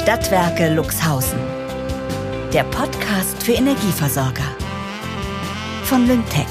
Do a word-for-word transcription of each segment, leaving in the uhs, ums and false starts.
Stadtwerke Luxhausen. Der Podcast für Energieversorger von Lyngtech.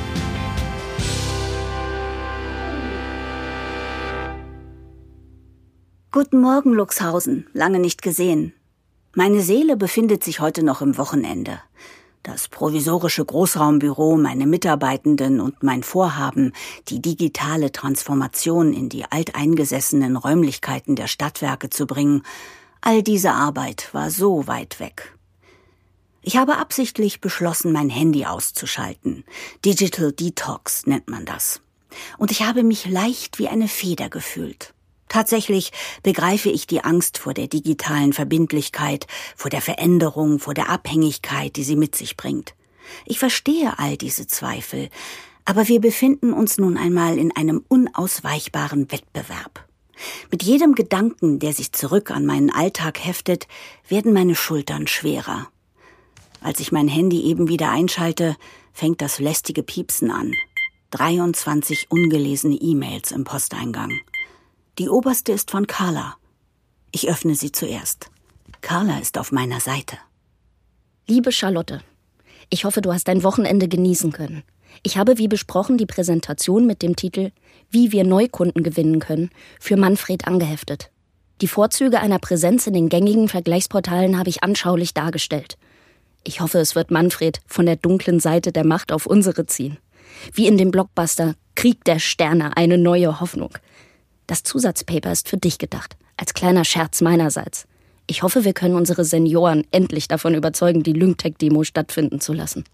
Guten Morgen, Luxhausen. Lange nicht gesehen. Meine Seele befindet sich heute noch im Wochenende. Das provisorische Großraumbüro, meine Mitarbeitenden und mein Vorhaben, die digitale Transformation in die alteingesessenen Räumlichkeiten der Stadtwerke zu bringen, all diese Arbeit war so weit weg. Ich habe absichtlich beschlossen, mein Handy auszuschalten. Digital Detox nennt man das. Und ich habe mich leicht wie eine Feder gefühlt. Tatsächlich begreife ich die Angst vor der digitalen Verbindlichkeit, vor der Veränderung, vor der Abhängigkeit, die sie mit sich bringt. Ich verstehe all diese Zweifel, aber wir befinden uns nun einmal in einem unausweichbaren Wettbewerb. Mit jedem Gedanken, der sich zurück an meinen Alltag heftet, werden meine Schultern schwerer. Als ich mein Handy eben wieder einschalte, fängt das lästige Piepsen an. dreiundzwanzig ungelesene E-Mails im Posteingang. Die oberste ist von Carla. Ich öffne sie zuerst. Carla ist auf meiner Seite. Liebe Charlotte, ich hoffe, du hast dein Wochenende genießen können. Ich habe wie besprochen die Präsentation mit dem Titel »Wie wir Neukunden gewinnen können« für Manfred angeheftet. Die Vorzüge einer Präsenz in den gängigen Vergleichsportalen habe ich anschaulich dargestellt. Ich hoffe, es wird Manfred von der dunklen Seite der Macht auf unsere ziehen. Wie in dem Blockbuster »Krieg der Sterne, eine neue Hoffnung«. Das Zusatzpaper ist für dich gedacht, als kleiner Scherz meinerseits. Ich hoffe, wir können unsere Senioren endlich davon überzeugen, die Lyngtech-Demo stattfinden zu lassen.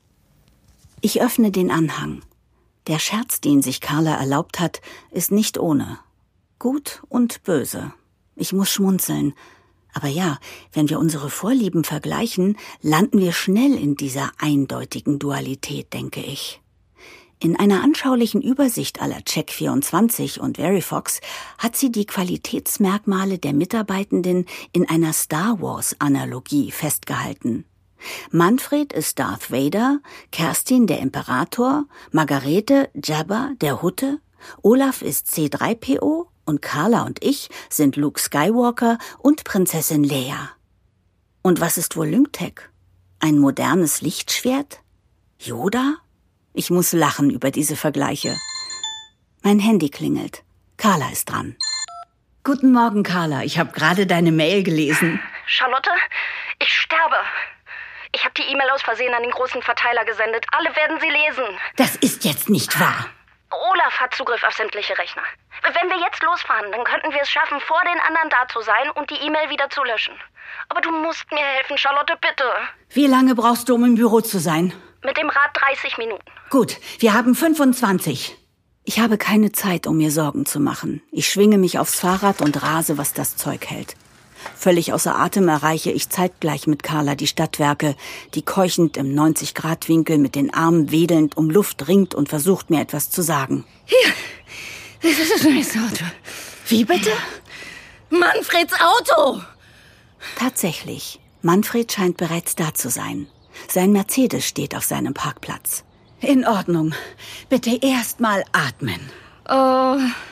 Ich öffne den Anhang. Der Scherz, den sich Carla erlaubt hat, ist nicht ohne. Gut und böse. Ich muss schmunzeln. Aber ja, wenn wir unsere Vorlieben vergleichen, landen wir schnell in dieser eindeutigen Dualität, denke ich. In einer anschaulichen Übersicht aller Check vierundzwanzig und Verifox hat sie die Qualitätsmerkmale der Mitarbeitenden in einer Star-Wars-Analogie festgehalten. Manfred ist Darth Vader, Kerstin der Imperator, Margarete Jabba der Hutte, Olaf ist C drei P O und Carla und ich sind Luke Skywalker und Prinzessin Leia. Und was ist wohl Lyngtech? Ein modernes Lichtschwert? Yoda? Ich muss lachen über diese Vergleiche. Mein Handy klingelt. Carla ist dran. Guten Morgen, Carla. Ich habe gerade deine Mail gelesen. Charlotte, ich sterbe. Ich habe die E-Mail aus Versehen an den großen Verteiler gesendet. Alle werden sie lesen. Das ist jetzt nicht wahr. Olaf hat Zugriff auf sämtliche Rechner. Wenn wir jetzt losfahren, dann könnten wir es schaffen, vor den anderen da zu sein und die E-Mail wieder zu löschen. Aber du musst mir helfen, Charlotte, bitte. Wie lange brauchst du, um im Büro zu sein? Mit dem Rad dreißig Minuten. Gut, wir haben fünfundzwanzig. Ich habe keine Zeit, um mir Sorgen zu machen. Ich schwinge mich aufs Fahrrad und rase, was das Zeug hält. Völlig außer Atem erreiche ich zeitgleich mit Carla die Stadtwerke, die keuchend im neunzig Grad Winkel mit den Armen wedelnd um Luft ringt und versucht, mir etwas zu sagen. Hier, das ist mein Auto. Wie bitte? Manfreds Auto! Tatsächlich, Manfred scheint bereits da zu sein. Sein Mercedes steht auf seinem Parkplatz. In Ordnung. Bitte erst mal atmen. Oh,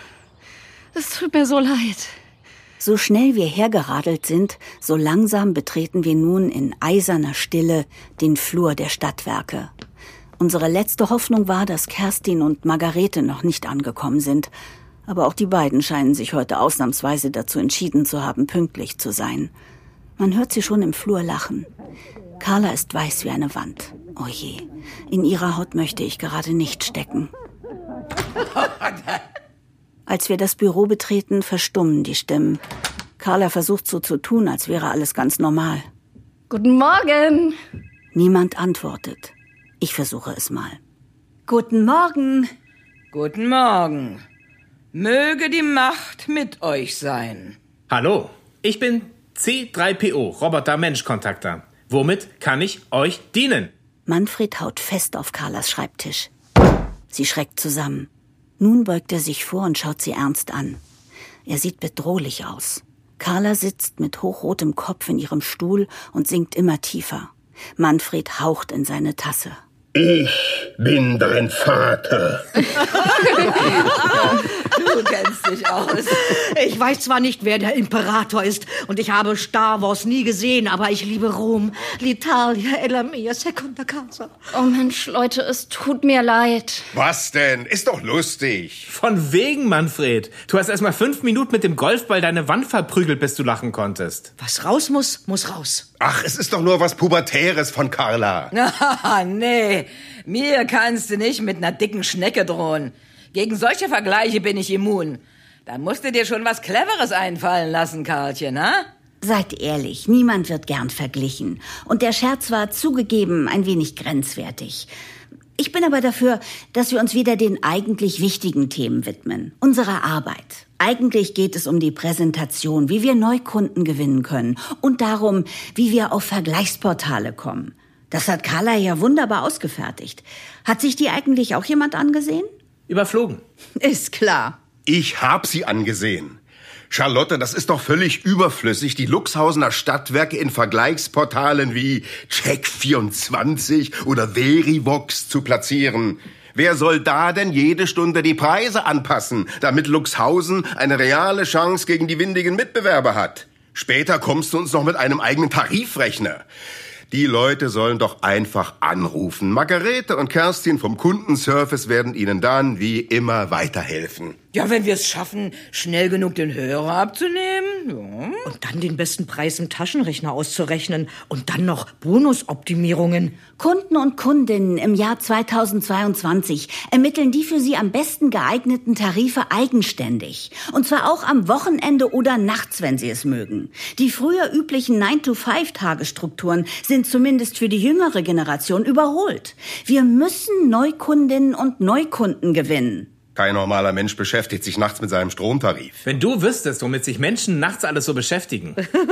es tut mir so leid. So schnell wir hergeradelt sind, so langsam betreten wir nun in eiserner Stille den Flur der Stadtwerke. Unsere letzte Hoffnung war, dass Kerstin und Margarete noch nicht angekommen sind. Aber auch die beiden scheinen sich heute ausnahmsweise dazu entschieden zu haben, pünktlich zu sein. Man hört sie schon im Flur lachen. Carla ist weiß wie eine Wand. Oh je, in ihrer Haut möchte ich gerade nicht stecken. Als wir das Büro betreten, verstummen die Stimmen. Carla versucht so zu tun, als wäre alles ganz normal. Guten Morgen. Niemand antwortet. Ich versuche es mal. Guten Morgen. Guten Morgen. Möge die Macht mit euch sein. Hallo, ich bin C drei P O, Roboter-Mensch-Kontakter. Womit kann ich euch dienen? Manfred haut fest auf Carlas Schreibtisch. Sie schreckt zusammen. Nun beugt er sich vor und schaut sie ernst an. Er sieht bedrohlich aus. Carla sitzt mit hochrotem Kopf in ihrem Stuhl und sinkt immer tiefer. Manfred haucht in seine Tasse. Ich bin dein Vater. Du kennst lustig aus. Ich weiß zwar nicht, wer der Imperator ist und ich habe Star Wars nie gesehen, aber ich liebe Rom. L'Italia è la mia seconda casa. Oh Mensch, Leute, es tut mir leid. Was denn? Ist doch lustig. Von wegen, Manfred. Du hast erst mal fünf Minuten mit dem Golfball deine Wand verprügelt, bis du lachen konntest. Was raus muss, muss raus. Ach, es ist doch nur was Pubertäres von Carla. Ah, nee, mir kannst du nicht mit einer dicken Schnecke drohen. Gegen solche Vergleiche bin ich immun. Da musst du dir schon was Cleveres einfallen lassen, Karlchen, ha? Seid ehrlich, niemand wird gern verglichen. Und der Scherz war zugegeben ein wenig grenzwertig. Ich bin aber dafür, dass wir uns wieder den eigentlich wichtigen Themen widmen. Unserer Arbeit. Eigentlich geht es um die Präsentation, wie wir Neukunden gewinnen können und darum, wie wir auf Vergleichsportale kommen. Das hat Carla ja wunderbar ausgefertigt. Hat sich die eigentlich auch jemand angesehen? Überflogen. Ist klar. Ich hab sie angesehen. Charlotte, das ist doch völlig überflüssig, die Luxhausener Stadtwerke in Vergleichsportalen wie Check vierundzwanzig oder Verivox zu platzieren. Wer soll da denn jede Stunde die Preise anpassen, damit Luxhausen eine reale Chance gegen die windigen Mitbewerber hat? Später kommst du uns noch mit einem eigenen Tarifrechner. Die Leute sollen doch einfach anrufen. Margarete und Kerstin vom Kundenservice werden ihnen dann wie immer weiterhelfen. Ja, wenn wir es schaffen, schnell genug den Hörer abzunehmen. Ja. Und dann den besten Preis im Taschenrechner auszurechnen. Und dann noch Bonusoptimierungen. Kunden und Kundinnen im Jahr zweitausendzweiundzwanzig ermitteln die für sie am besten geeigneten Tarife eigenständig. Und zwar auch am Wochenende oder nachts, wenn sie es mögen. Die früher üblichen nine to five Tagesstrukturen sind zumindest für die jüngere Generation überholt. Wir müssen Neukundinnen und Neukunden gewinnen. Kein normaler Mensch beschäftigt sich nachts mit seinem Stromtarif. Wenn du wüsstest, womit sich Menschen nachts alles so beschäftigen.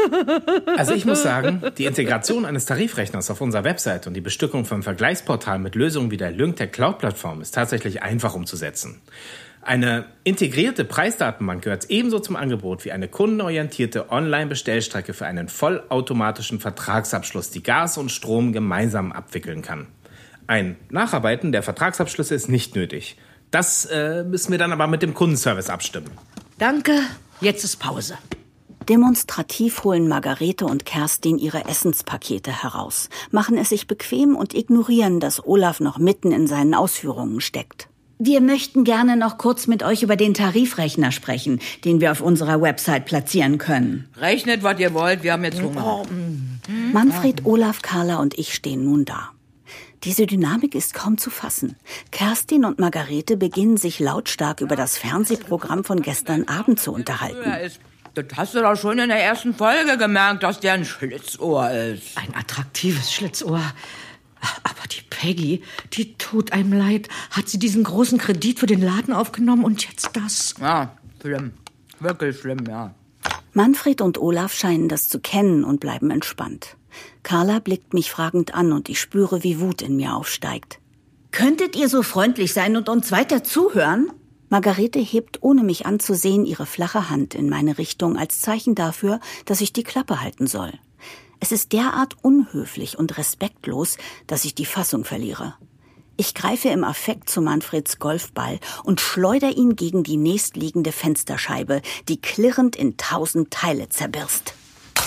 Also ich muss sagen, die Integration eines Tarifrechners auf unserer Website und die Bestückung von Vergleichsportalen mit Lösungen wie der Lyngtech Cloud-Plattform ist tatsächlich einfach umzusetzen. Eine integrierte Preisdatenbank gehört ebenso zum Angebot wie eine kundenorientierte Online-Bestellstrecke für einen vollautomatischen Vertragsabschluss, die Gas und Strom gemeinsam abwickeln kann. Ein Nacharbeiten der Vertragsabschlüsse ist nicht nötig. Das äh, müssen wir dann aber mit dem Kundenservice abstimmen. Danke, jetzt ist Pause. Demonstrativ holen Margarete und Kerstin ihre Essenspakete heraus, machen es sich bequem und ignorieren, dass Olaf noch mitten in seinen Ausführungen steckt. Wir möchten gerne noch kurz mit euch über den Tarifrechner sprechen, den wir auf unserer Website platzieren können. Rechnet, was ihr wollt, wir haben jetzt Hunger. Manfred, Olaf, Carla und ich stehen nun da. Diese Dynamik ist kaum zu fassen. Kerstin und Margarete beginnen sich lautstark über das Fernsehprogramm von gestern Abend zu unterhalten. Das hast du doch schon in der ersten Folge gemerkt, dass der ein Schlitzohr ist. Ein attraktives Schlitzohr. Aber die Peggy, die tut einem leid. Hat sie diesen großen Kredit für den Laden aufgenommen und jetzt das? Ja, schlimm. Wirklich schlimm, ja. Manfred und Olaf scheinen das zu kennen und bleiben entspannt. Carla blickt mich fragend an und ich spüre, wie Wut in mir aufsteigt. Könntet ihr so freundlich sein und uns weiter zuhören? Margarete hebt, ohne mich anzusehen, ihre flache Hand in meine Richtung als Zeichen dafür, dass ich die Klappe halten soll. Es ist derart unhöflich und respektlos, dass ich die Fassung verliere. Ich greife im Affekt zu Manfreds Golfball und schleuder ihn gegen die nächstliegende Fensterscheibe, die klirrend in tausend Teile zerbirst.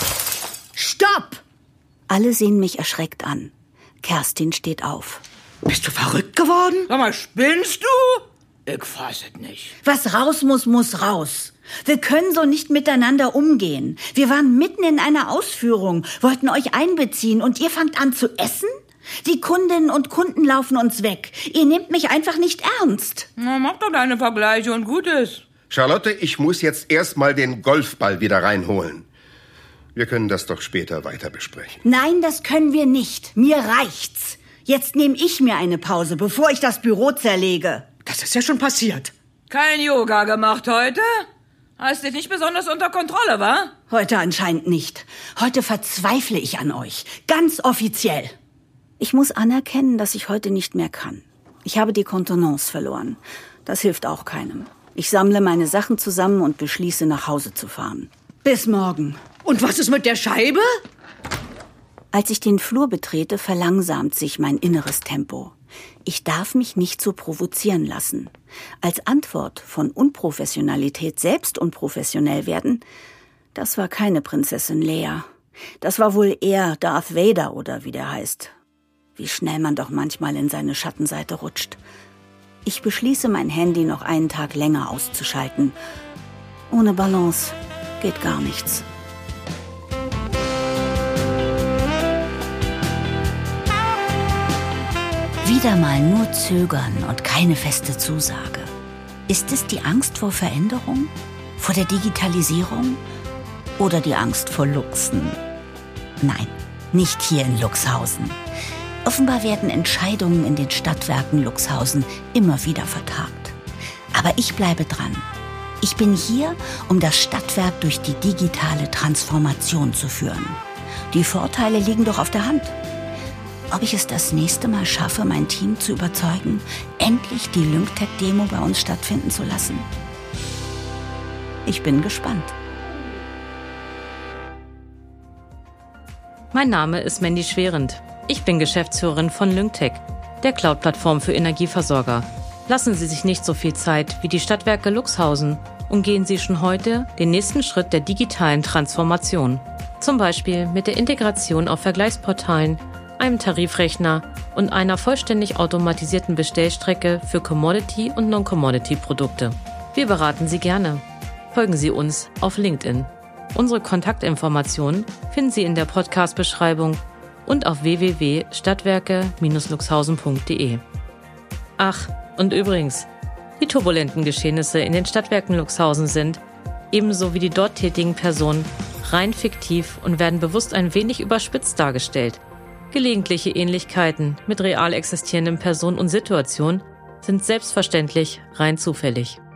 Stopp! Alle sehen mich erschreckt an. Kerstin steht auf. Bist du verrückt geworden? Sag mal, spinnst du? Ich fass es nicht. Was raus muss, muss raus. Wir können so nicht miteinander umgehen. Wir waren mitten in einer Ausführung, wollten euch einbeziehen und ihr fangt an zu essen? Die Kundinnen und Kunden laufen uns weg. Ihr nehmt mich einfach nicht ernst. Na, mach doch deine Vergleiche und gut ist. Charlotte, ich muss jetzt erstmal den Golfball wieder reinholen. Wir können das doch später weiter besprechen. Nein, das können wir nicht. Mir reicht's. Jetzt nehme ich mir eine Pause, bevor ich das Büro zerlege. Das ist ja schon passiert. Kein Yoga gemacht heute? Hast dich nicht besonders unter Kontrolle, wa? Heute anscheinend nicht. Heute verzweifle ich an euch. Ganz offiziell. Ich muss anerkennen, dass ich heute nicht mehr kann. Ich habe die Kontenance verloren. Das hilft auch keinem. Ich sammle meine Sachen zusammen und beschließe, nach Hause zu fahren. Bis morgen. Und was ist mit der Scheibe? Als ich den Flur betrete, verlangsamt sich mein inneres Tempo. Ich darf mich nicht so provozieren lassen. Als Antwort von Unprofessionalität selbst unprofessionell werden, das war keine Prinzessin Leia. Das war wohl eher Darth Vader oder wie der heißt. Wie schnell man doch manchmal in seine Schattenseite rutscht. Ich beschließe, mein Handy noch einen Tag länger auszuschalten. Ohne Balance geht gar nichts. Wieder mal nur Zögern und keine feste Zusage. Ist es die Angst vor Veränderung? Vor der Digitalisierung? Oder die Angst vor Luchsen? Nein, nicht hier in Luchshausen. Offenbar werden Entscheidungen in den Stadtwerken Luchshausen immer wieder vertagt. Aber ich bleibe dran. Ich bin hier, um das Stadtwerk durch die digitale Transformation zu führen. Die Vorteile liegen doch auf der Hand. Ob ich es das nächste Mal schaffe, mein Team zu überzeugen, endlich die LyncTech-Demo bei uns stattfinden zu lassen? Ich bin gespannt. Mein Name ist Mandy Schwerend. Ich bin Geschäftsführerin von LyncTech, der Cloud-Plattform für Energieversorger. Lassen Sie sich nicht so viel Zeit wie die Stadtwerke Luchshausen und gehen Sie schon heute den nächsten Schritt der digitalen Transformation. Zum Beispiel mit der Integration auf Vergleichsportalen, einem Tarifrechner und einer vollständig automatisierten Bestellstrecke für Commodity- und Non-Commodity-Produkte. Wir beraten Sie gerne. Folgen Sie uns auf LinkedIn. Unsere Kontaktinformationen finden Sie in der Podcast-Beschreibung und auf w w w punkt stadtwerke Bindestrich luchshausen punkt d e. Ach, und übrigens, die turbulenten Geschehnisse in den Stadtwerken Luchshausen sind, ebenso wie die dort tätigen Personen, rein fiktiv und werden bewusst ein wenig überspitzt dargestellt. Gelegentliche Ähnlichkeiten mit real existierenden Personen und Situationen sind selbstverständlich rein zufällig.